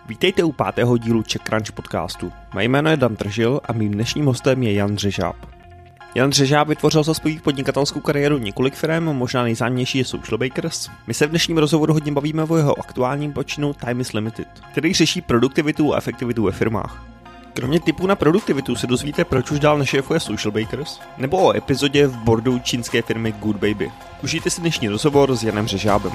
Vítejte u 5. dílu CzechCrunch podcastu. Mé jméno je Dan Tržil a mým dnešním hostem je Jan Dřežáb. Jan Dřežáb vytvořil za svou podnikatelskou kariéru několik firem, možná nejznámější je Socialbakers. My se v dnešním rozhovoru hodně bavíme o jeho aktuálním počinu Time is Limited, který řeší produktivitu a efektivitu ve firmách. Kromě tipů na produktivitu se dozvíte, proč už dál nešéfuje Socialbakers, nebo o epizodě v boardu čínské firmy Good Baby. Užijte si dnešní rozhovor s Janem Dřežábem.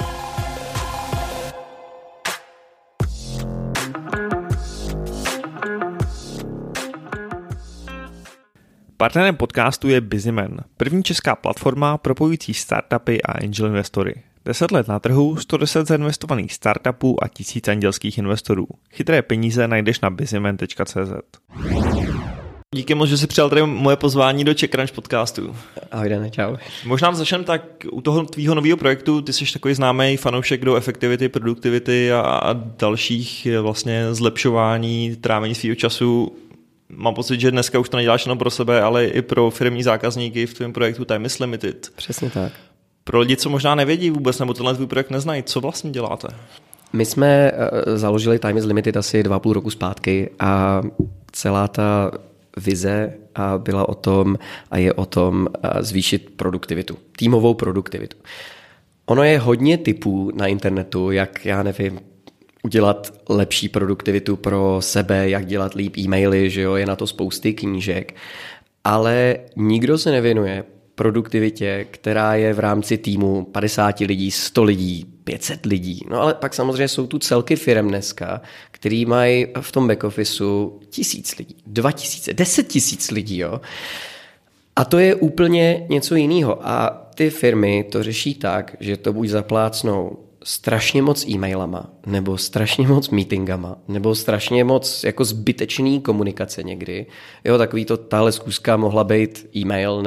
Partnerem podcastu je Busyman, první česká platforma propojující startupy a angel investory. 10 let na trhu, 110 zainvestovaných startupů a 1000 andělských investorů. Chytré peníze najdeš na busyman.cz. Díky moc, že jsi přijal tady moje pozvání do CzechCrunch podcastu. Ahoj Dane, čau. Možná začneme tak u toho tvýho nového projektu. Ty jsi takový známý fanoušek do efektivity, produktivity a dalších vlastně zlepšování, trávení svého času. Mám pocit, že dneska už to neděláš jenom pro sebe, ale i pro firmní zákazníky v tvém projektu Time is Limited. Přesně tak. Pro lidi, co možná nevědí vůbec, nebo tenhle tvůj projekt neznají, co vlastně děláte? My jsme založili Time is Limited asi 2,5 roku zpátky a celá ta vize byla o tom a je o tom zvýšit produktivitu, týmovou produktivitu. Ono je hodně tipů na internetu, jak, já nevím, udělat lepší produktivitu pro sebe, jak dělat líp e-maily, že jo, je na to spousty knížek, ale nikdo se nevěnuje produktivitě, která je v rámci týmu 50 lidí, 100 lidí, 500 lidí. No ale pak samozřejmě jsou tu celky firem dneska, který mají v tom back officeu 1000 lidí, 2000, 10 000 lidí, jo. A to je úplně něco jiného. A ty firmy to řeší tak, že to buď zaplácnou strašně moc e-mailama, nebo strašně moc meetingama, nebo strašně moc jako zbytečný komunikace někdy. Jo, takový to, tahle schůzka mohla být e-mail,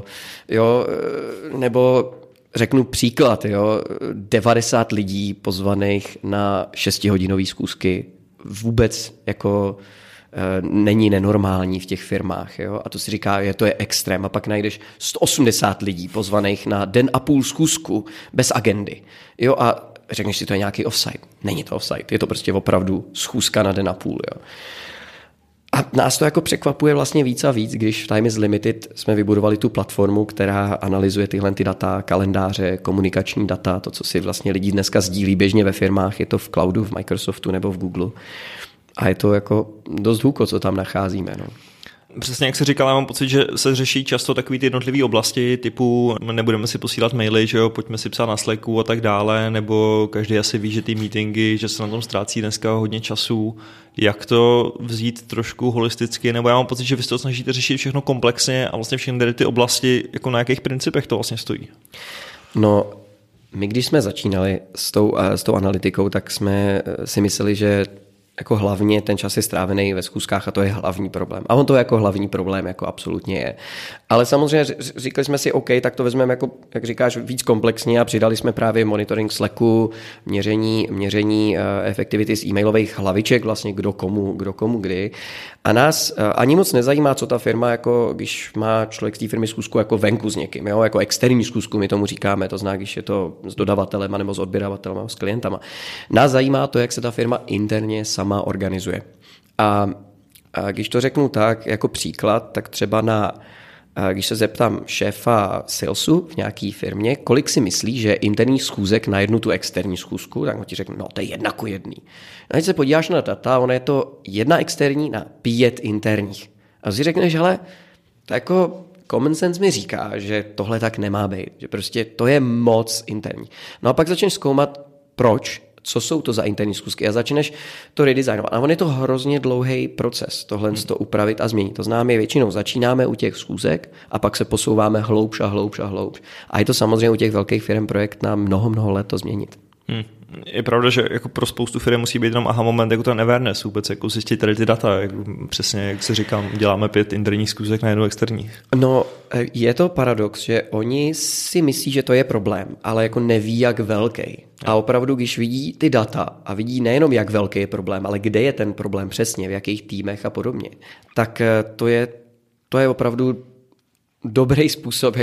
nebo řeknu příklad, jo, 90 lidí pozvaných na 6hodinové schůzky vůbec jako není nenormální v těch firmách. Jo? A to si říká, že to je extrém. A pak najdeš 180 lidí pozvaných na 1,5 schůzku bez agendy. Jo? A řekneš si, to je nějaký offsite. Není to offsite, je to prostě opravdu schůzka na 1,5. Jo? A nás to jako překvapuje vlastně víc a víc, když v Time is Limited jsme vybudovali tu platformu, která analyzuje tyhle ty data, kalendáře, komunikační data, to, co si vlastně lidi dneska sdílí běžně ve firmách, je to v cloudu, v Microsoftu nebo v Google. A je to jako dost hůko, co tam nacházíme. No. Přesně jak jsi říkal, já mám pocit, že se řeší často takový ty jednotlivé oblasti typu nebudeme si posílat maily, že jo, pojďme si psát na Slacku a tak dále, nebo každý asi ví, že ty meetingy, že se na tom ztrácí dneska hodně času. Jak to vzít trošku holisticky, nebo já mám pocit, že vy se to snažíte řešit všechno komplexně a vlastně všechny ty oblasti, jako na jakých principech to vlastně stojí? No, my když jsme začínali s tou analytikou, tak jsme si mysleli, že jako hlavně ten čas je strávený ve schůzkách a to je hlavní problém. A on to jako hlavní problém jako absolutně je. Ale samozřejmě říkali jsme si, OK, tak to vezmeme jako, jak říkáš, víc komplexně a přidali jsme právě monitoring Slacku, měření efektivity z e-mailových hlaviček, vlastně kdo komu kdy. A nás ani moc nezajímá, co ta firma, jako když má člověk z té firmy schůzku jako venku s někým, jo? Jako externí schůzku, my tomu říkáme, to zná, když je to s dodavatelem nebo s odběravatelem, s klientama. Nás zajímá to, jak se ta firma interně sama organizuje. A když to řeknu tak, jako příklad, tak třeba když se zeptám šéfa salesu v nějaké firmě, kolik si myslí, že interní schůzek na jednu tu externí schůzku, tak on ti řekne, no to je 1:1. A když se podíváš na data, ono je to 1 externí na 5 interních. A si řekneš, hele, to jako common sense mi říká, že tohle tak nemá být, že prostě to je moc interní. No a pak začneš zkoumat, proč, co jsou to za interní schůzky a začneš to redesignovat. A on je to hrozně dlouhý proces, tohle to upravit a změnit. To znamená, většinou začínáme u těch schůzek a pak se posouváme hloubš a hloubš a hloubš. A je to samozřejmě u těch velkých firm projekt na mnoho let to změnit. Je pravda, že jako pro spoustu firm musí být jenom aha moment, jako ten awareness vůbec, jako zjistit tady ty data, jako přesně, jak se říkám, děláme 5 interních schůzek na jednu externí. No, je to paradox, že oni si myslí, že to je problém, ale jako neví, jak velký. A opravdu, když vidí ty data a vidí nejenom, jak velký je problém, ale kde je ten problém přesně, v jakých týmech a podobně, tak to je opravdu dobrý způsob,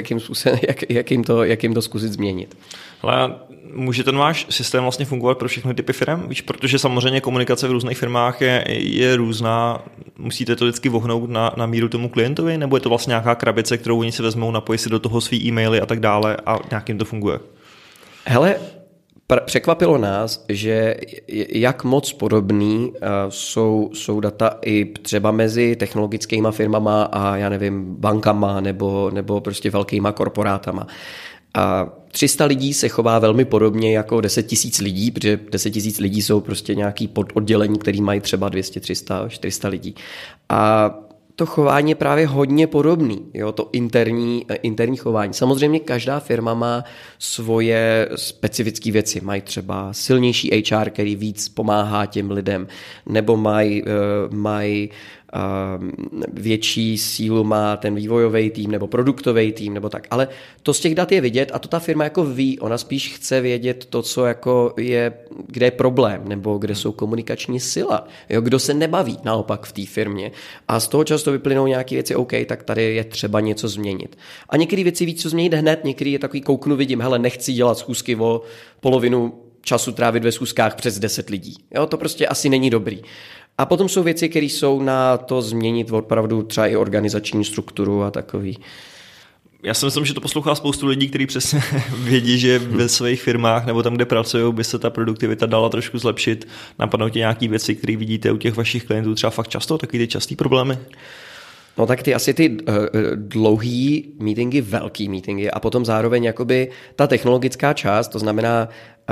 jakým to zkusit změnit. Ale může ten váš systém vlastně fungovat pro všechny typy firm? Víš, protože samozřejmě komunikace v různých firmách je různá. Musíte to vždycky vohnout na míru tomu klientovi, nebo je to vlastně nějaká krabice, kterou oni si vezmou, napojí si do toho svý e-maily a tak dále a nějakým to funguje? Hele, překvapilo nás, že jak moc podobný jsou data i třeba mezi technologickými firmama a já nevím, bankama nebo prostě velkýma korporátama. A 300 lidí se chová velmi podobně jako 10 000 lidí, protože 10 000 lidí jsou prostě nějaký pododdělení, který mají třeba 200, 300, 400 lidí. A to chování je právě hodně podobný, jo, to interní chování. Samozřejmě každá firma má svoje specifické věci. Mají třeba silnější HR, který víc pomáhá těm lidem, nebo mají větší sílu má ten vývojový tým nebo produktový tým nebo tak. Ale to z těch dat je vidět a to ta firma jako ví. Ona spíš chce vědět to, co jako je, kde je problém nebo kde jsou komunikační sila. Jo, kdo se nebaví naopak v té firmě. A z toho často vyplynou nějaké věci, OK, tak tady je třeba něco změnit. A některé věci víc co změnit hned, některé je takový kouknu, vidím, hele, nechci dělat schůzky o polovinu času trávit ve schůzkách přes 10 lidí. Jo, to prostě asi není dobrý. A potom jsou věci, které jsou na to změnit opravdu třeba i organizační strukturu a takový. Já si myslím, že to poslouchá spoustu lidí, kteří přesně vědí, že ve svých firmách nebo tam, kde pracují, by se ta produktivita dala trošku zlepšit. Napadnou ti nějaké věci, které vidíte u těch vašich klientů třeba fakt často, takový ty častý problémy? No tak ty dlouhý meetingy, velký meetingy a potom zároveň jakoby ta technologická část, to znamená,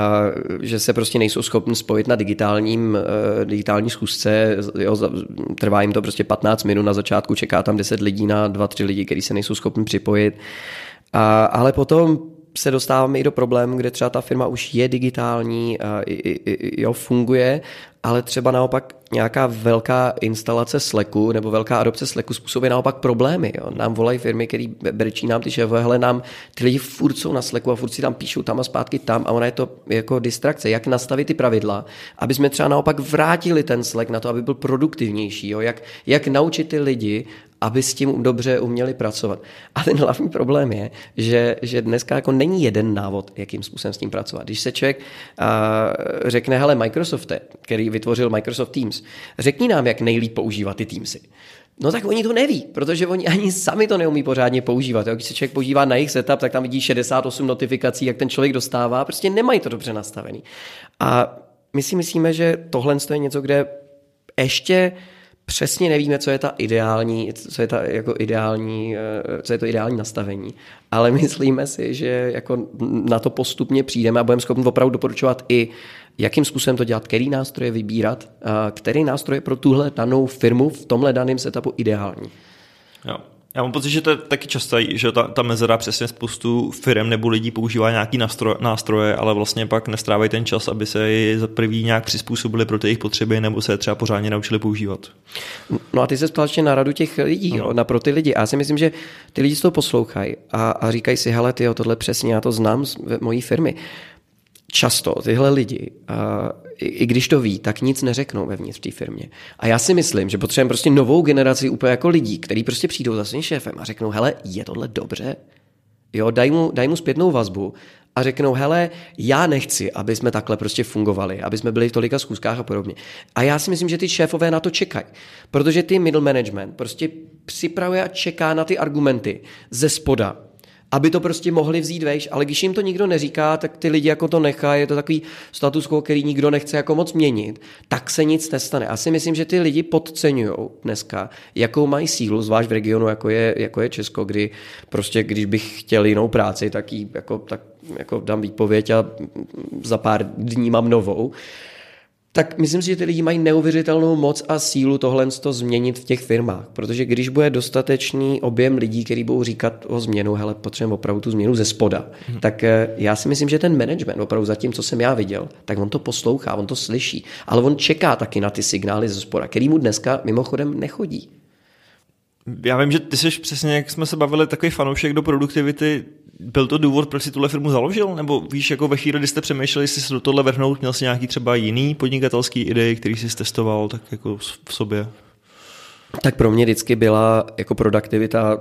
že se prostě nejsou schopni spojit na digitální schůzce, jo, trvá jim to prostě 15 minut na začátku, čeká tam 10 lidí na 2-3 lidi, kteří se nejsou schopni připojit. Ale potom se dostáváme i do problému, kde třeba ta firma už je digitální, jo, funguje, ale třeba naopak nějaká velká instalace Slacku nebo velká adopce Slacku způsobuje naopak problémy. Jo. Nám volají firmy, který berčí nám ty šéfové, hele, nám ty lidi furt jsou na Slacku a furt si tam píšou tam a zpátky tam a ona je to jako distrakce. Jak nastavit ty pravidla, aby jsme třeba naopak vrátili ten Slack na to, aby byl produktivnější. Jo. Jak naučit ty lidi, aby s tím dobře uměli pracovat. A ten hlavní problém je, že dneska jako není jeden návod, jakým způsobem s tím pracovat. Když se člověk řekne, hele, Microsofte, který vytvořil Microsoft Teams, řekni nám, jak nejlíp používat ty Teamsy. No tak oni to neví, protože oni ani sami to neumí pořádně používat. Když se člověk podívá na jejich setup, tak tam vidí 68 notifikací, jak ten člověk dostává, prostě nemají to dobře nastavený. A my si myslíme, že tohle je něco, kde ještě přesně nevíme, co je to ideální nastavení, ale myslíme si, že jako na to postupně přijdeme a budeme schopni opravdu doporučovat i, jakým způsobem to dělat, který nástroje vybírat, který nástroje pro tuhle danou firmu v tomhle daném setupu ideální. Jo. Já mám pocit, že to je taky často, že ta mezera přesně spoustu firm nebo lidí používá nějaký nástroje, ale vlastně pak nestrávají ten čas, aby se je za první nějak přizpůsobili pro ty jejich potřeby nebo se je třeba pořádně naučili používat. No a ty se ptal ještě na radu těch lidí, pro ty lidi. A já si myslím, že ty lidi z toho poslouchají a říkají si, hele, tyjo, tohle přesně, já to znám z mojí firmy. Často tyhle lidi, i když to ví, tak nic neřeknou vevnitř v té firmě. A já si myslím, že potřebujeme prostě novou generaci úplně jako lidí, kteří prostě přijdou za svým šéfem a řeknou, hele, je tohle dobře? Jo, daj mu zpětnou vazbu a řeknou, hele, já nechci, aby jsme takhle prostě fungovali, aby jsme byli v tolika schůzkách a podobně. A já si myslím, že ty šéfové na to čekají, protože ty middle management prostě připravuje a čeká na ty argumenty ze spoda, aby to prostě mohli vzít vejš, ale když jim to nikdo neříká, tak ty lidi jako to nechají, je to takový status quo, který nikdo nechce jako moc měnit, tak se nic nestane. Já si myslím, že ty lidi podceňujou dneska, jakou mají sílu, zvlášť v regionu, jako je Česko, kdy prostě, když bych chtěl jinou práci, tak dám výpověď a za pár dní mám novou. Tak myslím si, že ty lidi mají neuvěřitelnou moc a sílu tohle změnit v těch firmách, protože když bude dostatečný objem lidí, kteří budou říkat o změnu, hele, potřebujeme opravdu tu změnu ze spoda, tak já si myslím, že ten management, opravdu za tím, co jsem já viděl, tak on to poslouchá, on to slyší, ale on čeká taky na ty signály ze spoda, který mu dneska mimochodem nechodí. Já vím, že ty jsi přesně, jak jsme se bavili, takový fanoušek do produktivity. Byl to důvod, proč si tuhle firmu založil? Nebo víš, jako ve chvíli, kdy jste přemýšleli, jestli se do tohle vrhnout, měl jsi nějaký třeba jiný podnikatelský idei, který jsi testoval tak jako v sobě? Tak pro mě vždycky byla jako produktivita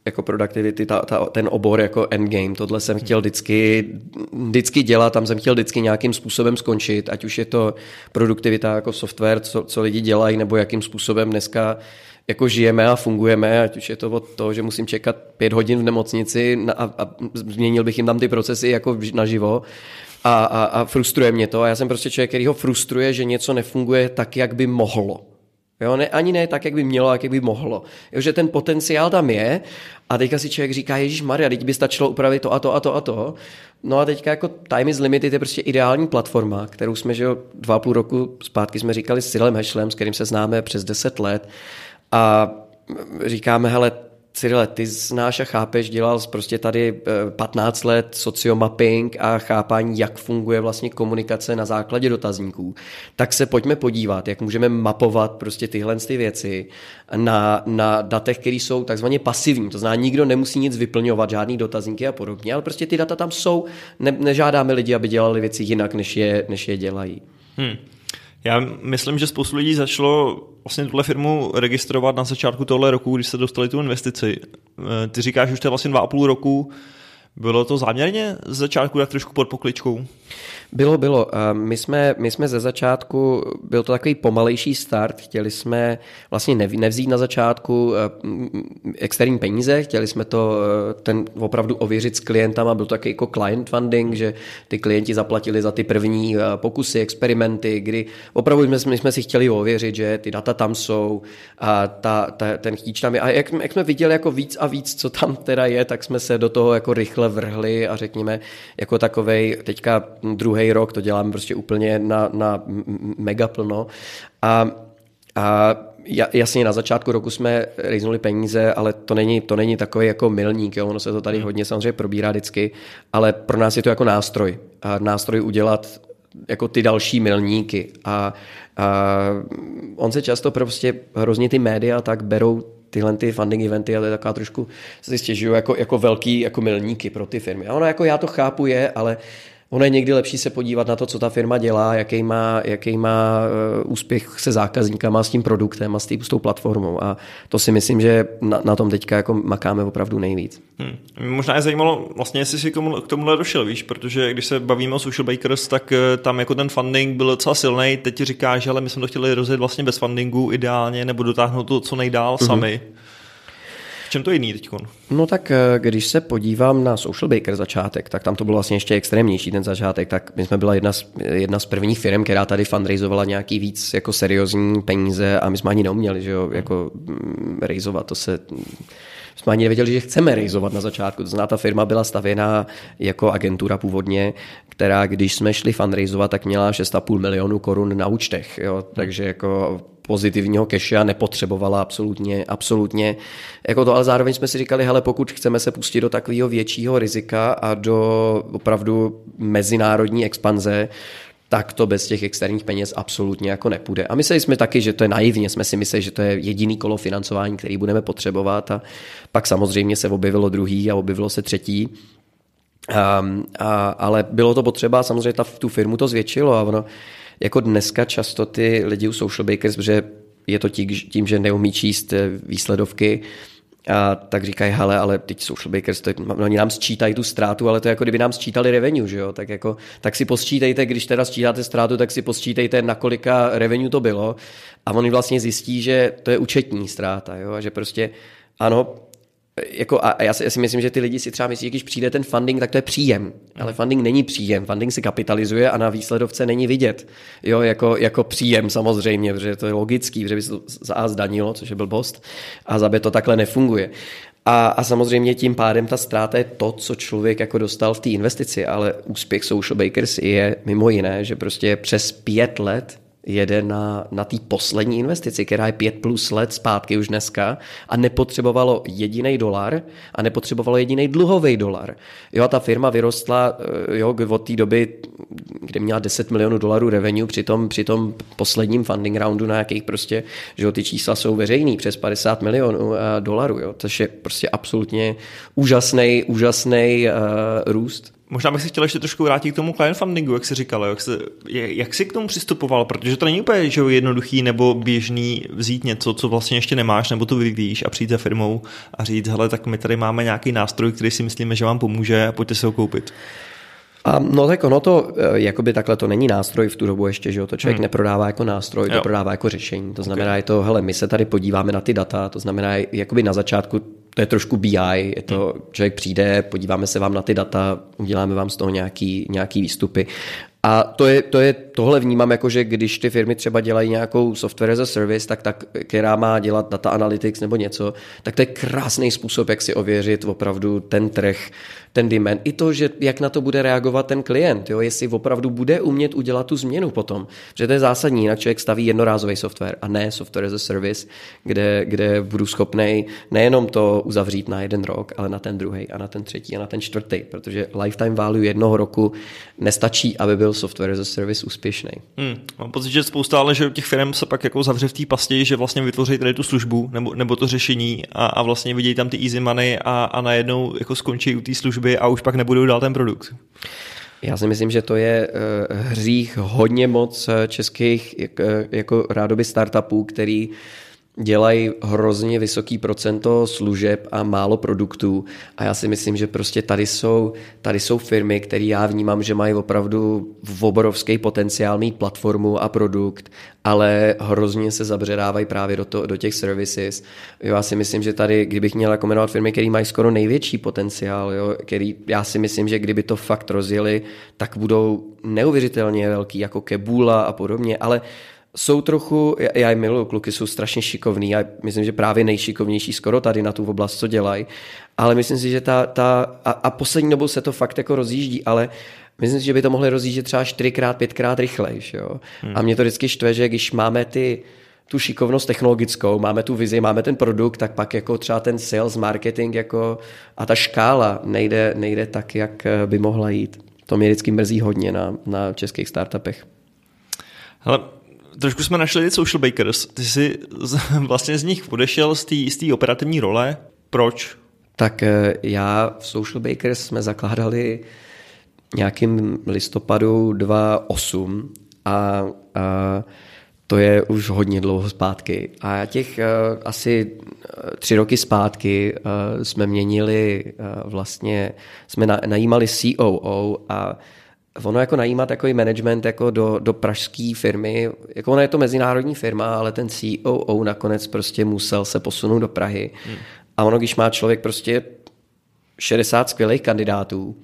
jako productivity, ten obor jako endgame. Tohle jsem chtěl vždycky dělat, tam jsem chtěl vždycky nějakým způsobem skončit, ať už je to produktivita jako software, co lidi dělají, nebo jakým způsobem dneska jako žijeme a fungujeme, ať už je to od toho, že musím čekat 5 hodin v nemocnici a změnil bych jim tam ty procesy jako naživo a frustruje mě to. A já jsem prostě člověk, který ho frustruje, že něco nefunguje tak, jak by mohlo. Jo, ani ne tak, jak by mělo, jak by mohlo. Jo, že ten potenciál tam je a teďka si člověk říká, ježišmarja, teď by stačilo upravit to a to a to a to. No a teďka jako Time is Limited je prostě ideální platforma, kterou jsme, že 2,5 roku zpátky jsme říkali s Cyrilem Hešlem, s kterým se známe přes 10 let a říkáme, hele, Cyrille, ty znáš a chápeš, dělal prostě tady 15 let sociomapping a chápání, jak funguje vlastně komunikace na základě dotazníků. Tak se pojďme podívat, jak můžeme mapovat prostě tyhle ty věci na datech, které jsou takzvaně pasivní. To znamená, nikdo nemusí nic vyplňovat, žádný dotazníky a podobně, ale prostě ty data tam jsou. Nežádáme lidi, aby dělali věci jinak, než je dělají. Já myslím, že spoustu lidí začalo vlastně tuhle firmu registrovat na začátku tohle roku, když se dostali tu investici. Ty říkáš, že už to je vlastně 2,5 roku. Bylo to záměrně z začátku tak trošku pod pokličkou? Bylo. My jsme ze začátku, byl to takový pomalejší start, chtěli jsme vlastně nevzít na začátku externí peníze, chtěli jsme to opravdu ověřit s klientama, byl to takový jako client funding, že ty klienti zaplatili za ty první pokusy, experimenty, kdy opravdu my jsme si chtěli ověřit, že ty data tam jsou a ten chtíč tam je. A jak jsme viděli jako víc a víc, co tam teda je, tak jsme se do toho jako rychle vrhli a řekněme jako takovej teďka druhý rok to děláme prostě úplně na mega plno a jasně na začátku roku jsme rejznuli peníze, ale to není takový jako milník, jo? Ono se to tady hodně samozřejmě probírá vždycky, ale pro nás je to jako nástroj udělat jako ty další milníky a on se často prostě hrozně ty média tak berou tyhle ty funding eventy a to je taková trošku si stěžují jako velký jako milníky pro ty firmy. A ono jako já to chápu ale ono je někdy lepší se podívat na to, co ta firma dělá, jaký má úspěch se zákazníkama, s tím produktem a s tou platformou. A to si myslím, že na tom teďka jako makáme opravdu nejvíc. Možná je zajímalo, vlastně, jestli si k tomuhle došel, víš, protože když se bavíme o Social Bakers, tak tam jako ten funding byl docela silný. Teď ti říkáš, že ale my jsme to chtěli rozjet vlastně bez fundingu ideálně, nebo dotáhnout to co nejdál sami. V čem to je jiný teďkon? No tak když se podívám na Social Baker začátek, tak tam to bylo vlastně ještě extrémnější ten začátek, tak my jsme byla jedna z prvních firm, která tady fundraizovala nějaký víc jako seriózní peníze a my jsme ani neuměli, že jo, jako rejzovat, jsme ani nevěděli, že chceme rejzovat na začátku. To znamená, ta firma byla stavěná jako agentura původně, která, když jsme šli fundraizovat, tak měla 6,5 milionu korun na účtech. Jo? Takže jako pozitivního keše a nepotřebovala absolutně jako to, ale zároveň jsme si říkali, hele, pokud chceme se pustit do takového většího rizika a do opravdu mezinárodní expanze, tak to bez těch externích peněz absolutně jako nepůjde. A mysleli jsme taky, že to je naivně, jsme si mysleli, že to je jediný kolo financování, který budeme potřebovat a pak samozřejmě se objevilo druhý a objevilo se třetí. Ale bylo to potřeba, samozřejmě tu firmu to zvětšilo a ono, jako dneska často ty lidi u Social Bakers, protože je to tím, že neumí číst výsledovky, a tak říkají, hele, ale teď Social Bakers, oni nám sčítají tu ztrátu, ale to je jako kdyby nám sčítali revenue, že jo? Tak si posčítejte, když teda sčítáte ztrátu, tak si posčítejte, na kolika revenue to bylo a oni vlastně zjistí, že to je účetní ztráta, jo? A že prostě ano, jako a já si myslím, že ty lidi si třeba myslí, že když přijde ten funding, tak to je příjem. Ale funding není příjem. Funding se kapitalizuje a na výsledovce není vidět. Jo, jako příjem samozřejmě, protože to je logický, protože by se to za A zdanilo, což je blbost, a za B to takhle nefunguje. A samozřejmě tím pádem ta ztráta je to, co člověk jako dostal v té investici, ale úspěch Social Bakers je mimo jiné, že prostě přes 5 let jede na té poslední investici, která je 5+ let zpátky už dneska a nepotřebovalo jedinej dolar a nepotřebovalo jedinej dluhový dolar. Jo, a ta firma vyrostla od té doby, kde měla $10 milionů revenue při tom posledním funding roundu, na jakých prostě, že jo, ty čísla jsou veřejný, přes $50 milionů dolarů, jo, což je prostě absolutně úžasný růst. Možná bych se chtěl ještě trošku vrátit k tomu client fundingu, jak jsi říkal, jak jsi k tomu přistupoval, protože to není úplně že jednoduchý nebo běžný vzít něco, co vlastně ještě nemáš, nebo to vyvíjíš a přijít za firmou a říct, hele, tak my tady máme nějaký nástroj, který si myslíme, že vám pomůže a pojďte si ho koupit. No tak ono to, jakoby takhle to není nástroj v tu dobu ještě, že jo, to člověk neprodává jako nástroj, to prodává jako řešení, to znamená, je to, hele, my se tady podíváme na ty data, to znamená, jakoby na začátku to je trošku BI, je to, člověk přijde, podíváme se vám na ty data, uděláme vám z toho nějaký výstupy. A tohle vnímám jako, že když ty firmy třeba dělají nějakou software as a service, tak která má dělat data analytics nebo něco, tak to je krásný způsob, jak si ověřit opravdu ten trh, ten demand. I to, že jak na to bude reagovat ten klient, jo? Jestli opravdu bude umět udělat tu změnu potom. Protože to je zásadní, jinak člověk staví jednorázový software a ne software as a service, kde budu schopnej nejenom to uzavřít na 1 rok, ale na ten druhý a na ten třetí a na ten čtvrtý, protože lifetime value 1 roku nestačí, aby byl software as a service úspěšný. Mám pocit, že spousta ale že těch firm se pak jako zavře v té pasti, že vlastně vytvoří tady tu službu nebo to řešení a vlastně vidějí tam ty easy money a najednou jako skončí u té služby a už pak nebudou dál ten produkt. Já si myslím, že to je hřích hodně moc českých jako rádoby startupů, který dělají hrozně vysoký procento služeb a málo produktů a já si myslím, že prostě tady jsou firmy, které já vnímám, že mají opravdu obrovský potenciál mít platformu a produkt, ale hrozně se zabředávají právě do těch services. Jo, já si myslím, že tady, kdybych měl jako jmenovat firmy, které mají skoro největší potenciál, jo, který já si myslím, že kdyby to fakt rozjeli, tak budou neuvěřitelně velký, jako Kebula a podobně, ale jsou trochu, já je miluju, kluky jsou strašně šikovný a myslím, že právě nejšikovnější skoro tady na tu oblast, co dělají, ale myslím si, že a poslední dobou se to fakt jako rozjíždí, ale myslím si, že by to mohli rozjíždět třeba 4x, 5x rychlejš, jo. A mě to vždycky štve, že když máme tu šikovnost technologickou, máme tu vizi, máme ten produkt, tak pak jako třeba ten sales, marketing jako a ta škála nejde tak, jak by mohla jít. To mě vždycky mrzí hodně na českých startupech. Hele, trošku jsme našli Social Bakers. Ty jsi vlastně z nich odešel z té operativní role. Proč? Tak já v Social Bakers jsme zakládali nějakým listopadu 2008 a to je už hodně dlouho zpátky. A těch asi 3 roky zpátky jsme měnili vlastně, jsme najímali COO a ono jako najímat takový management jako do pražské firmy, jako ono je to mezinárodní firma, ale ten COO nakonec prostě musel se posunout do Prahy. A ono, když má člověk prostě 60 skvělých kandidátů,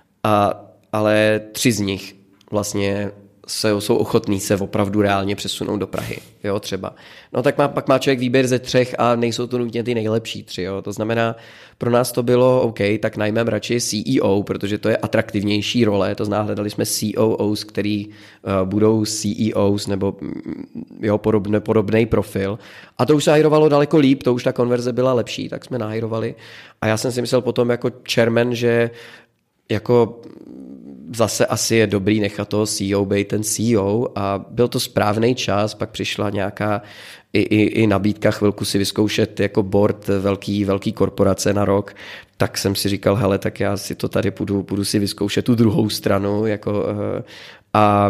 ale 3 z nich vlastně jsou ochotní se opravdu reálně přesunout do Prahy, jo, třeba. No tak pak má člověk výběr ze 3 a nejsou to nutně ty nejlepší 3, jo. To znamená, pro nás to bylo OK, tak najmeme radši CEO, protože to je atraktivnější role, to znamená, hledali jsme COOs, který budou CEOs nebo jo, podobný profil. A to už se hajrovalo daleko líp, to už ta konverze byla lepší, tak jsme nahajrovali. A já jsem si myslel potom jako chairman, že jako zase asi je dobrý nechat toho CEO být ten CEO a byl to správný čas, pak přišla nějaká i nabídka chvilku si vyzkoušet jako board velký korporace na rok, tak jsem si říkal, hele, tak já si to tady budu si vyzkoušet tu druhou stranu jako, a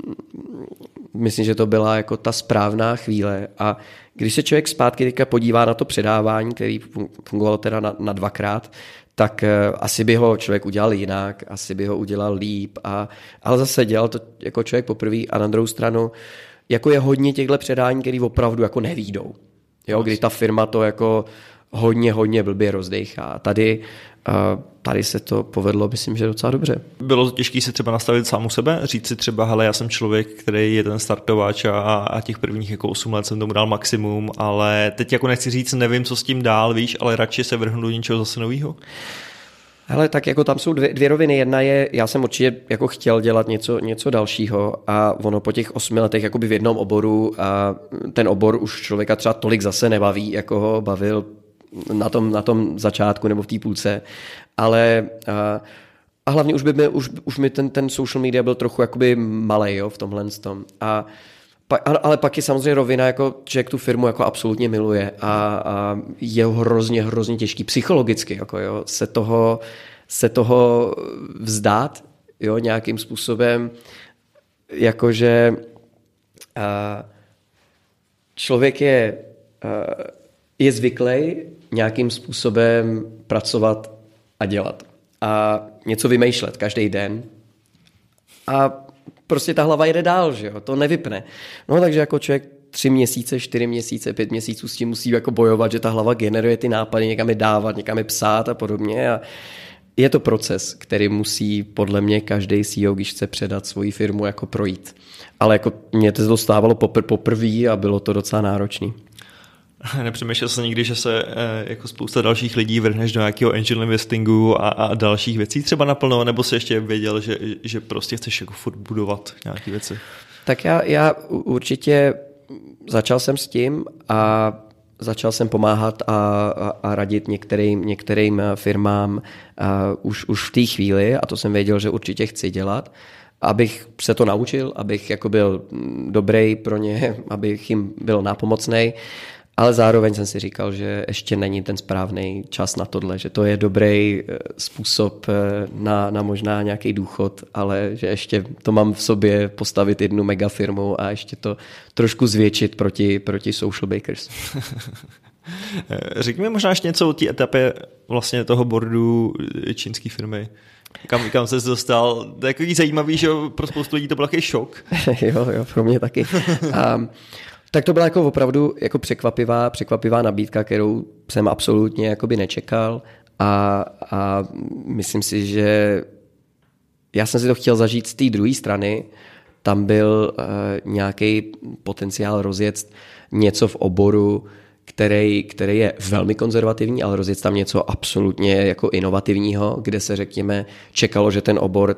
myslím, že to byla jako ta správná chvíle a když se člověk zpátky teďka podívá na to předávání, který fungovalo teda na 2x, tak asi by ho člověk udělal jinak, asi by ho udělal líp, ale zase dělal to jako člověk poprvé a na druhou stranu jako je hodně těchto předání, které opravdu jako nevídou. Jo, kdy ta firma to jako hodně blbě rozdejchá. Tady se to povedlo, myslím, že docela dobře. Bylo těžké se třeba nastavit sám u sebe, říct si třeba, hele, já jsem člověk, který je ten startovač a těch prvních jako 8 let jsem tomu dal maximum, ale teď jako nechci říct, nevím, co s tím dál, víš, ale radši se vrhnu do něčeho zase novýho. Hele, tak jako tam jsou dvě roviny. Jedna je, já jsem určitě jako chtěl dělat něco dalšího a ono po těch 8 letech jakoby v jednom oboru a ten obor už člověka třeba tolik zase nebaví, jako ho bavil na tom začátku nebo v té půlce, ale a hlavně už mi ten social media byl trochu jakoby malej, jo, v tomhle tom. Ale pak je samozřejmě rovina, jako člověk tu firmu jako absolutně miluje a je hrozně těžký psychologicky, jako jo, se toho se toho vzdát, jo, nějakým způsobem, jakože člověk je zvyklý nějakým způsobem pracovat a dělat a něco vymýšlet každý den a prostě ta hlava jede dál, že jo, to nevypne. No takže jako člověk 3 měsíce, 4 měsíce, 5 měsíců s tím musí jako bojovat, že ta hlava generuje ty nápady, někam je dávat, někam je psát a podobně a je to proces, který musí podle mě každý CEO, když chce předat svoji firmu, jako projít. Ale jako mě to dostávalo poprvé a bylo to docela náročný. Nepřemýšlel jsi nikdy, že se jako spousta dalších lidí vrhneš do nějakého angel investingu a dalších věcí třeba naplno, nebo jsi ještě věděl, že prostě chceš jako furt budovat nějaké věci? Tak já určitě začal jsem s tím a začal jsem pomáhat a radit některým firmám už v té chvíli a to jsem věděl, že určitě chci dělat, abych se to naučil, abych jako byl dobrý pro ně, abych jim byl nápomocnej, ale zároveň jsem si říkal, že ještě není ten správný čas na tohle, že to je dobrý způsob na možná nějaký důchod, ale že ještě to mám v sobě postavit jednu megafirmu a ještě to trošku zvětšit proti social bakers. Řekni mi možná ještě něco o té etapě vlastně toho boardu čínské firmy. Kam ses dostal? To je takový zajímavý, že pro spoustu lidí to byl takový šok. jo, pro mě taky. Tak to byla jako opravdu jako překvapivá nabídka, kterou jsem absolutně jakoby nečekal a myslím si, že já jsem si to chtěl zažít z té druhé strany. Tam byl nějaký potenciál rozjet něco v oboru, který je velmi konzervativní, ale rozjet tam něco absolutně jako inovativního, kde se řekněme čekalo, že ten obor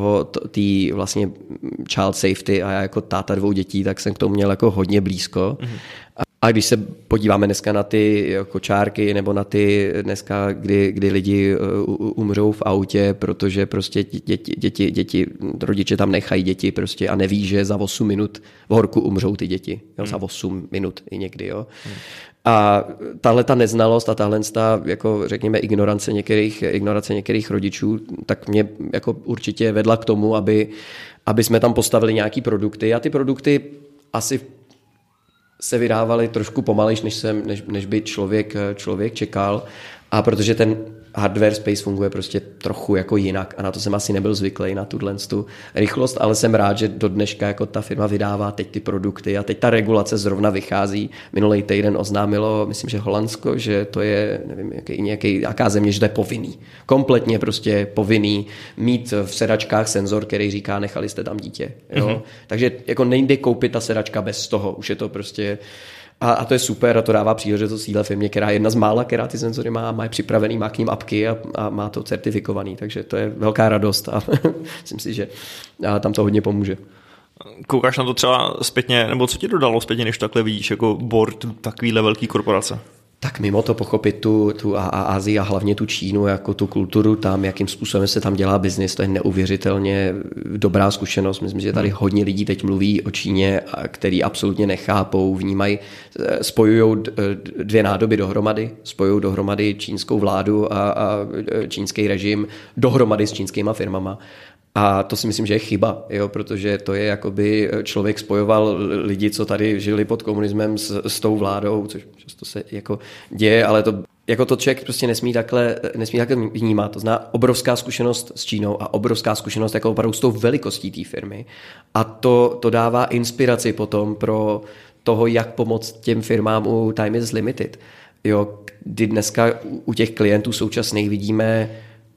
tý vlastně child safety a já jako táta 2 dětí, tak jsem k tomu měl jako hodně blízko. Mm-hmm. A když se podíváme dneska na ty kočárky nebo na ty dneska, kdy lidi umřou v autě, protože prostě děti, rodiče tam nechají děti prostě a neví, že za 8 minut v horku umřou ty děti. Jo, za 8 minut i někdy. Jo. A tahle ta neznalost a tahle jako řekněme ignorance některých rodičů, tak mě jako určitě vedla k tomu, aby jsme tam postavili nějaký produkty a ty produkty asi se vydávaly trošku pomalejš, než by člověk čekal. A protože ten hardware space funguje prostě trochu jako jinak a na to jsem asi nebyl zvyklý, na tu rychlost, ale jsem rád, že do dneška jako ta firma vydává teď ty produkty a teď ta regulace zrovna vychází. Minulý týden oznámilo, myslím, že Holandsko, že to je, nevím, jaká země, že to je povinný. Kompletně prostě povinný mít v sedačkách senzor, který říká, nechali jste tam dítě. Jo? Mm-hmm. Takže jako nejde koupit ta sedačka bez toho, už je to prostě. A to je super a to dává příležitost téhle firmě, která je jedna z mála, která ty senzory má je připravený, má k ním apky a má to certifikovaný, takže to je velká radost a myslím si, že tam to hodně pomůže. Koukáš na to třeba zpětně, nebo co ti dodalo zpětně, než takhle vidíš jako board takovýhle velký korporace? Tak mimo to pochopit tu Asii a hlavně tu Čínu, jako tu kulturu tam, jakým způsobem se tam dělá biznis, to je neuvěřitelně dobrá zkušenost. Myslím, že tady hodně lidí teď mluví o Číně, který absolutně nechápou, vnímají, spojují 2 nádoby dohromady, spojují dohromady čínskou vládu a čínský režim dohromady s čínskýma firmama. A to si myslím, že je chyba, jo, protože to je jakoby člověk spojoval lidi, co tady žili pod komunismem s tou vládou, což často se jako děje, ale to člověk prostě nesmí takhle vnímat. To znamená obrovská zkušenost s Čínou a obrovská zkušenost jako opravdu s tou velikostí té firmy. A to dává inspiraci potom pro toho, jak pomoct těm firmám u Time is Limited. Jo, kdy dneska u těch klientů současných vidíme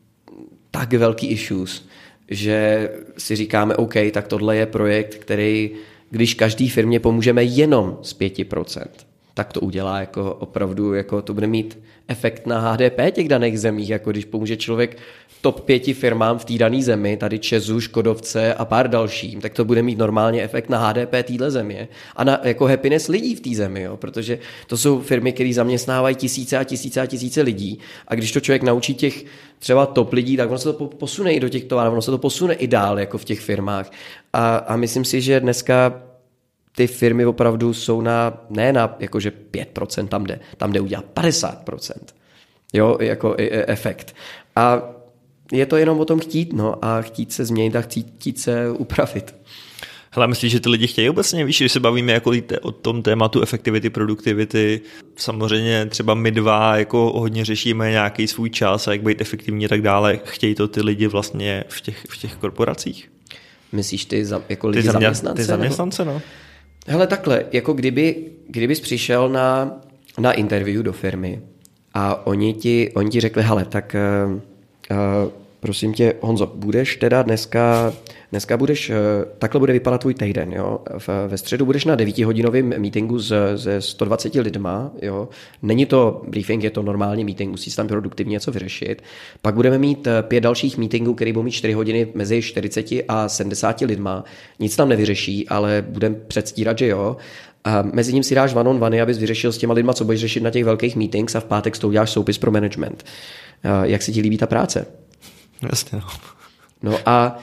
tak velký issues, že si říkáme, OK, tak tohle je projekt, který, když každý firmě pomůžeme jenom z 5%, tak to udělá jako opravdu, jako to bude mít efekt na HDP těch daných zemích, jako když pomůže člověk top 5 firmám v té dané zemi, tady Česu, Škodovce a pár dalším, tak to bude mít normálně efekt na HDP téhle země a na jako happiness lidí v té zemi, jo? Protože to jsou firmy, které zaměstnávají tisíce a tisíce lidí a když to člověk naučí těch třeba top lidí, tak ono se to posune i do těch tovarů, ono se to posune i dál jako v těch firmách a myslím si, že dneska ty firmy opravdu jsou ne na jakože 5% tam jde udělat 50%. Jo, jako efekt. A je to jenom o tom chtít, no, a chtít se změnit a chtít se upravit. Hele, myslíš, že ty lidi chtějí obecně, víš, když se bavíme jako o tom tématu efektivity, produktivity, samozřejmě třeba my dva jako hodně řešíme nějaký svůj čas a jak být efektivní a tak dále, chtějí to ty lidi vlastně v těch korporacích? Myslíš jako lidi zaměstnance? Ty zaměstnance, no. Hele, takhle, jako kdybys přišel na interview do firmy a oni ti řekli, hele, tak prosím tě, Honzo, budeš teda dneska budeš, takhle bude vypadat tvůj týden, jo. Ve středu budeš na 9hodinovém meetingu se 120 lidma, jo. Není to briefing, je to normální meeting, musíš tam produktivně něco vyřešit. Pak budeme mít 5 dalších meetingů, který budou mít 4 hodiny mezi 40 a 70 lidma. Nic tam nevyřeší, ale budeme předstírat, že jo. A mezi tím si dáš one-on-one, abys vyřešil s těma lidma, co budeš řešit na těch velkých meetings, a v pátek s tou uděláš soupis pro management. Jak se ti líbí ta práce? Jasně, no. No a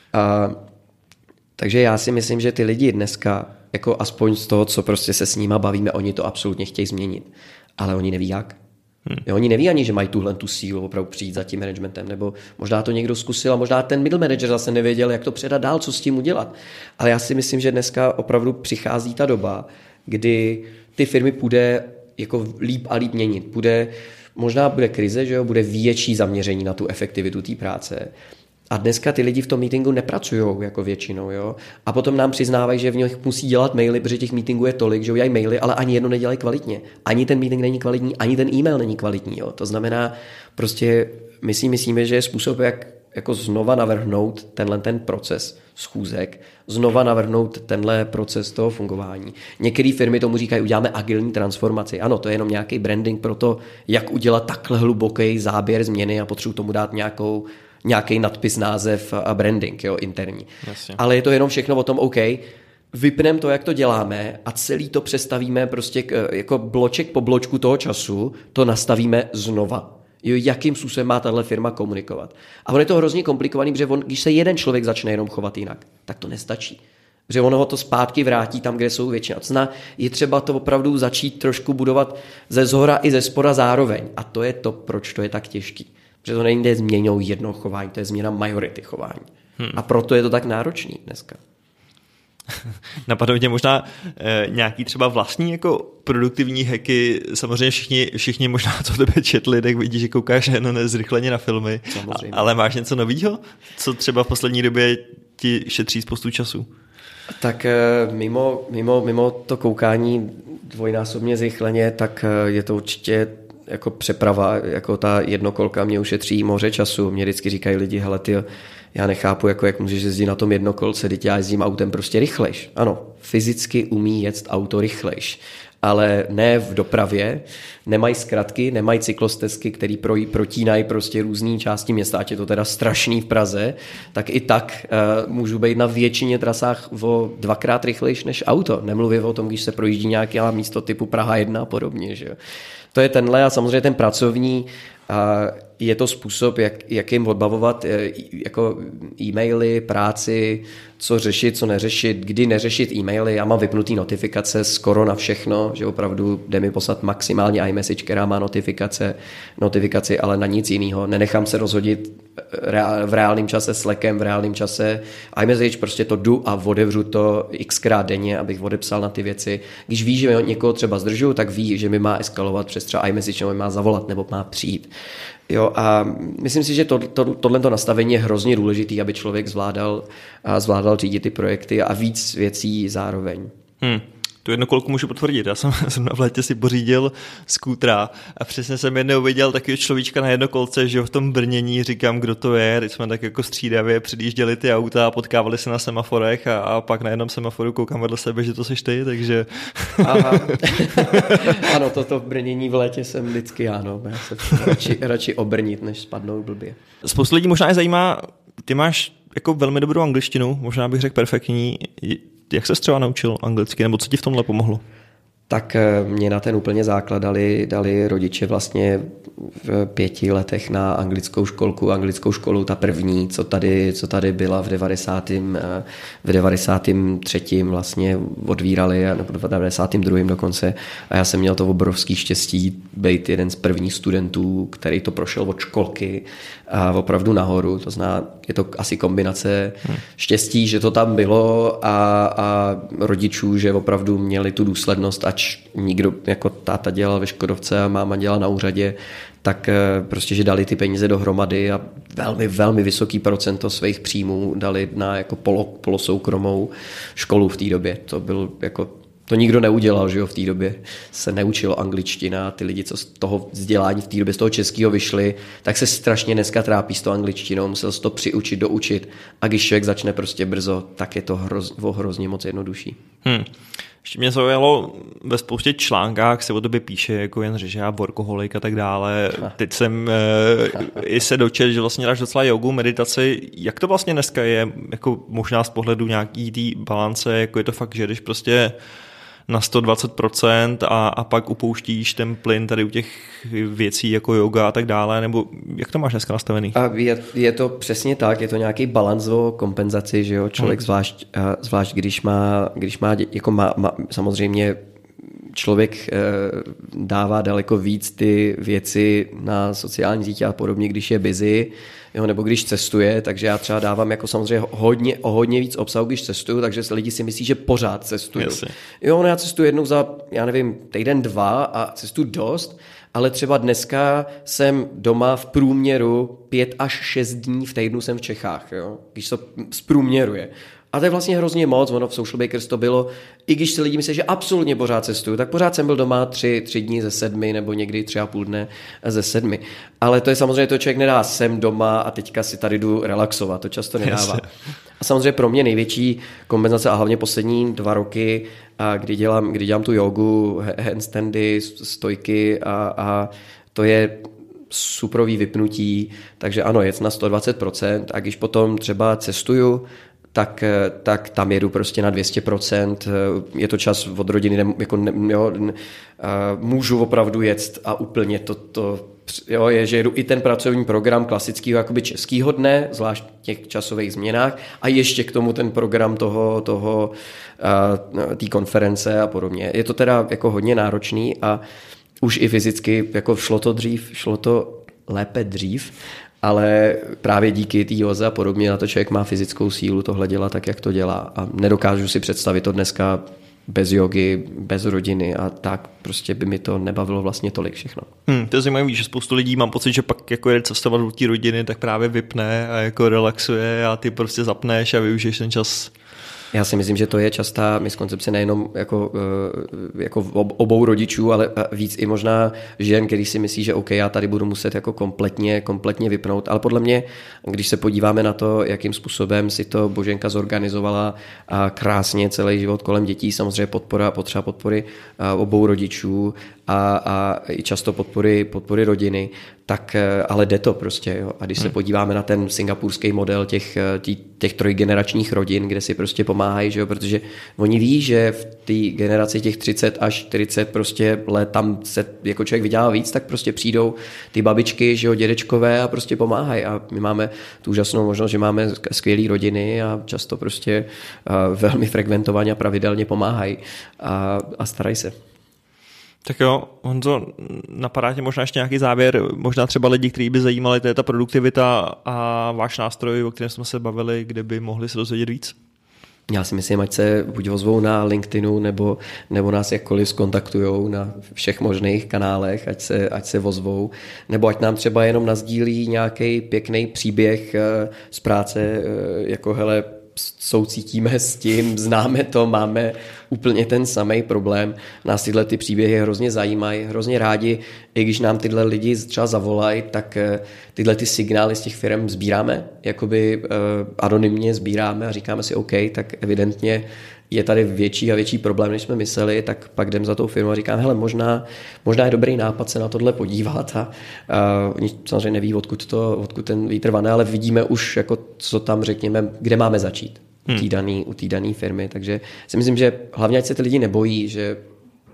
takže já si myslím, že ty lidi dneska, jako aspoň z toho, co prostě se s nima bavíme, oni to absolutně chtějí změnit, ale oni neví jak. Jo, oni neví ani, že mají tu sílu opravdu přijít za tím managementem, nebo možná to někdo zkusil a možná ten middle manager zase nevěděl, jak to předat dál, co s tím udělat. Ale já si myslím, že dneska opravdu přichází ta doba, kdy ty firmy půjde jako líp a líp měnit. Možná bude krize, že jo, bude větší zaměření na tu efektivitu té práce. A dneska ty lidi v tom meetingu nepracujou jako většinou, jo. A potom nám přiznávají, že v nich musí dělat maily, protože těch meetingů je tolik, že udělají maily, ale ani jedno nedělají kvalitně. Ani ten meeting není kvalitní, ani ten e-mail není kvalitní, jo. To znamená, prostě my si myslíme, že je způsob, jak jako znova navrhnout ten proces schůzek, znova navrhnout tenhle proces toho fungování. Některé firmy tomu říkají, uděláme agilní transformaci. Ano, to je jenom nějaký branding pro to, jak udělat takhle hluboký záběr změny a potřebuji tomu dát nějaký nadpis, název a branding, jo, interní. Jasně. Ale je to jenom všechno o tom, OK, vypneme to, jak to děláme a celý to přestavíme prostě jako bloček po bločku toho času, to nastavíme znova. Jo, jakým způsobem má tahle firma komunikovat. A on je to hrozně komplikovaný, protože když se jeden člověk začne jenom chovat jinak, tak to nestačí. Protože ono ho to zpátky vrátí tam, kde jsou většina. Je třeba to opravdu začít trošku budovat ze zhora i ze spoda zároveň. A to je to, proč to je tak těžký. Protože to nejde změnou jedno chování, to je změna majority chování. A proto je to tak náročný dneska. Napadlo mě možná nějaký třeba vlastní jako produktivní hacky. Samozřejmě všichni možná co tebe četli, tak vidí, že koukáš jen zrychleně na filmy. Ale máš něco novýho? Co třeba v poslední době ti šetří spoustu času? Tak mimo to koukání dvojnásobně zrychleně, tak je to určitě jako přeprava, jako ta jednokolka mě ušetří moře času. Mě vždycky říkají lidi, hele tyjo, já nechápu, jako jak můžeš jezdit na tom jednokolce, teď já jezdím autem prostě rychlejš. Ano, fyzicky umí jet auto rychlejš, ale ne v dopravě, nemají zkratky, nemají cyklostezky, které protínají prostě různé části města, ať je to teda strašný v Praze, tak i tak můžu být na většině trasách o 2x rychlejš než auto. Nemluvím o tom, když se projíždí nějaké místo typu Praha 1 a podobně, že jo. To je tenhle a samozřejmě ten pracovní, je to způsob, jak jim odbavovat jako e-maily, práci, co řešit, co neřešit, kdy neřešit e-maily. Já mám vypnutý notifikace skoro na všechno, že opravdu jde mi poslat maximálně iMessage, která má notifikaci, ale na nic jiného. Nenechám se rozhodit v reálném čase Slackem, v reálném čase iMessage, prostě to jdu a odevřu to xkrát denně, abych odepsal na ty věci. Když ví, že někoho třeba zdržuju, tak ví, že mi má eskalovat přes třeba iMessage, nebo mi má zavolat, nebo má přijít. Jo, a myslím si, že tohleto nastavení je hrozně důležitý, aby člověk zvládal řídit ty projekty a víc věcí zároveň. Tu jednokolku můžu potvrdit. Já jsem v létě si pořídil skútra a přesně jsem jednou viděl takového človíčka na jednokolce, že v tom brnění říkám, kdo to je. Teď jsme tak jako střídavě předjížděli ty auta a potkávali se na semaforech a pak na jednom semaforu koukám vedle sebe, že to seš ty, takže... Aha. Ano, toto brnění v létě jsem vždycky já se radši obrnit, než spadnout blbě. Spoustu lidí možná je zajímá, ty máš jako velmi dobrou angličtinu, možná bych řekl perfektní. Jak ses třeba naučil anglicky, nebo co ti v tomhle pomohlo? tak mě na ten úplně základ dali rodiče vlastně v 5 letech na anglickou školu, ta první, co tady byla v 93. vlastně odvírali, nebo v 92. dokonce. A já jsem měl to obrovský štěstí být jeden z prvních studentů, který to prošel od školky a opravdu nahoru. To znamená, je to asi kombinace štěstí, že to tam bylo a rodičů, že opravdu měli tu důslednost, ač nikdo, jako táta dělal ve Škodovce a máma dělala na úřadě, tak prostě, že dali ty peníze dohromady a velmi, velmi vysoký procento svých příjmů dali na jako polosoukromou školu v té době. To byl jako, to nikdo neudělal, že jo, v té době se neučilo angličtina, ty lidi, co z toho vzdělání v té době z toho českého vyšli, tak se strašně dneska trápí s tou angličtinou, musel se to přiučit, doučit a když člověk začne prostě brzo, tak je to hrozně moc jednodušší. Ještě mě zaujalo, ve spoustě článkách se o tobě píše jako Jan Řežáb, workoholik a tak dále. Teď jsem i se dočetl, že vlastně dáš docela jogu, meditaci. Jak to vlastně dneska je, jako možná z pohledu nějaký té balance, jako je to fakt, že jdeš prostě na 120% a pak upouštíš ten plyn tady u těch věcí jako yoga a tak dále, nebo jak to máš dneska nastavený? A je to přesně tak, je to nějaký balans o kompenzaci, že jo, člověk zvlášť když má jako má samozřejmě člověk dává daleko víc ty věci na sociální sítě a podobně, když je busy, jo, nebo když cestuje, takže já třeba dávám jako samozřejmě hodně víc obsahu, když cestuju, takže lidi si myslí, že pořád cestuju. Jasně. Jo, no já cestuju jednou za, já nevím, týden, 2 a cestuju dost, ale třeba dneska jsem doma v průměru 5 až 6 dní v týdnu jsem v Čechách, jo, když to zprůměruje. A to je vlastně hrozně moc, ono v Social Bakers to bylo, i když si lidi myslí, že absolutně pořád cestuju, tak pořád jsem byl doma 3 dní ze 7, nebo někdy 3,5 dne ze 7. Ale to je samozřejmě, to člověk nedá, jsem doma a teďka si tady jdu relaxovat, to často nedává. A samozřejmě pro mě největší kompenzace a hlavně poslední 2 roky, kdy dělám tu jogu, handstandy, stojky a to je suprový vypnutí, takže ano, jet na 120% a když potom třeba cestuju, tak tam jedu prostě na 200%, je to čas od rodiny, můžu opravdu jet a úplně to je, že jedu i ten pracovní program klasického jakoby českého dne, zvlášť v těch časových změnách a ještě k tomu ten program té konference a podobně. Je to teda jako hodně náročný a už i fyzicky jako šlo to lépe dřív, ale právě díky té józe a podobně na to člověk má fyzickou sílu tohle dělat tak, jak to dělá a nedokážu si představit to dneska bez jogy, bez rodiny a tak prostě by mi to nebavilo vlastně tolik všechno. To je zajímavé, že spoustu lidí mám pocit, že pak jako jde cestovat do té rodiny, tak právě vypne a jako relaxuje a ty prostě zapneš a využiješ ten čas. Já si myslím, že to je častá miskoncepce nejenom jako obou rodičů, ale víc i možná žen, který si myslí, že OK, já tady budu muset jako kompletně vypnout, ale podle mě, když se podíváme na to, jakým způsobem si to Boženka zorganizovala a krásně celý život kolem dětí, samozřejmě potřeba podpory obou rodičů a i často podpory rodiny, tak ale jde to prostě. Jo. A když se podíváme na ten singapurský model těch trojgeneračních rodin, kde si prostě pomáhají, že jo, protože oni ví, že v té generaci těch 30 až 40 prostě let tam se jako člověk vydělá víc, tak prostě přijdou ty babičky, že jo, dědečkové a prostě pomáhají. A my máme tu úžasnou možnost, že máme skvělé rodiny a často prostě velmi frekventovaně a pravidelně pomáhají a starají se. Tak jo, Honzo, napadá tě možná ještě nějaký závěr, možná třeba lidi, kteří by zajímali, to je ta produktivita a váš nástroj, o kterém jsme se bavili, kde by mohli se dozvědět víc? Já si myslím, ať se buď ozvou na LinkedInu, nebo nás jakkoliv skontaktujou na všech možných kanálech, ať se ozvou, nebo ať nám třeba jenom nasdílí nějaký pěkný příběh z práce, jako hele, soucítíme s tím, známe to, máme úplně ten samý problém. Nás tyhle ty příběhy hrozně zajímají, hrozně rádi, i když nám tyhle lidi třeba zavolají, tak tyhle ty signály z těch firm sbíráme, jakoby anonymně sbíráme a říkáme si OK, tak evidentně je tady větší a větší problém, než jsme mysleli, tak pak jdem za tou firmou a říkám, hele, možná je dobrý nápad se na tohle podívat a oni samozřejmě neví, odkud ten vítr vane, ale vidíme už, jako, co tam řekněme, kde máme začít u té dané firmy, takže si myslím, že hlavně ať se ty lidi nebojí, že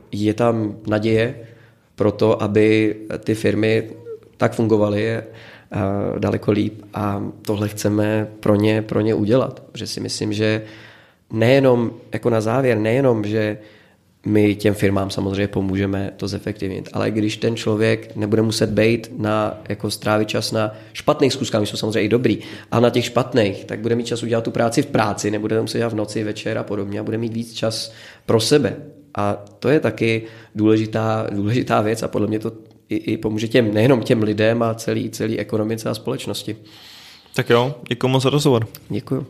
je tam naděje pro to, aby ty firmy tak fungovaly daleko líp a tohle chceme pro ně udělat. Protože si myslím, že nejenom, jako na závěr, nejenom, že my těm firmám samozřejmě pomůžeme to zefektivnit, ale když ten člověk nebude muset bejt jako strávit čas na špatných schůzkách, my jsou samozřejmě i dobrý, a na těch špatných, tak bude mít čas udělat tu práci v práci, nebude muset dělat v noci, večer a podobně a bude mít víc čas pro sebe. A to je taky důležitá věc a podle mě to i pomůže nejenom těm lidem a celý ekonomice a společnosti. Tak jo, děkuji moc za rozhovor. Děkuji.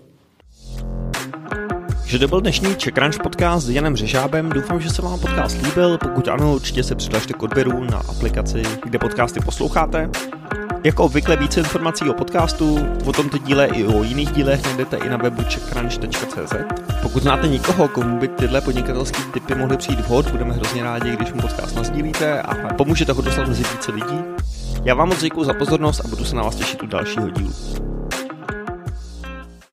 Že to byl dnešní Czech Crunch podcast s Janem Řežábem. Doufám, že se vám podcast líbil. Pokud ano, určitě se přihlašte k odběru na aplikaci, kde podcasty posloucháte. Jako obvykle více informací o podcastu, o tomto díle i o jiných dílech najdete i na webu czechcrunch.cz. Pokud znáte někoho, komu by tyhle podnikatelské tipy mohly přijít vhod, budeme hrozně rádi, když mu podcast nasdílíte a pomůžete ho dostat mezi více lidí. Já vám moc děkuji za pozornost a budu se na vás těšit u dalšího dílu.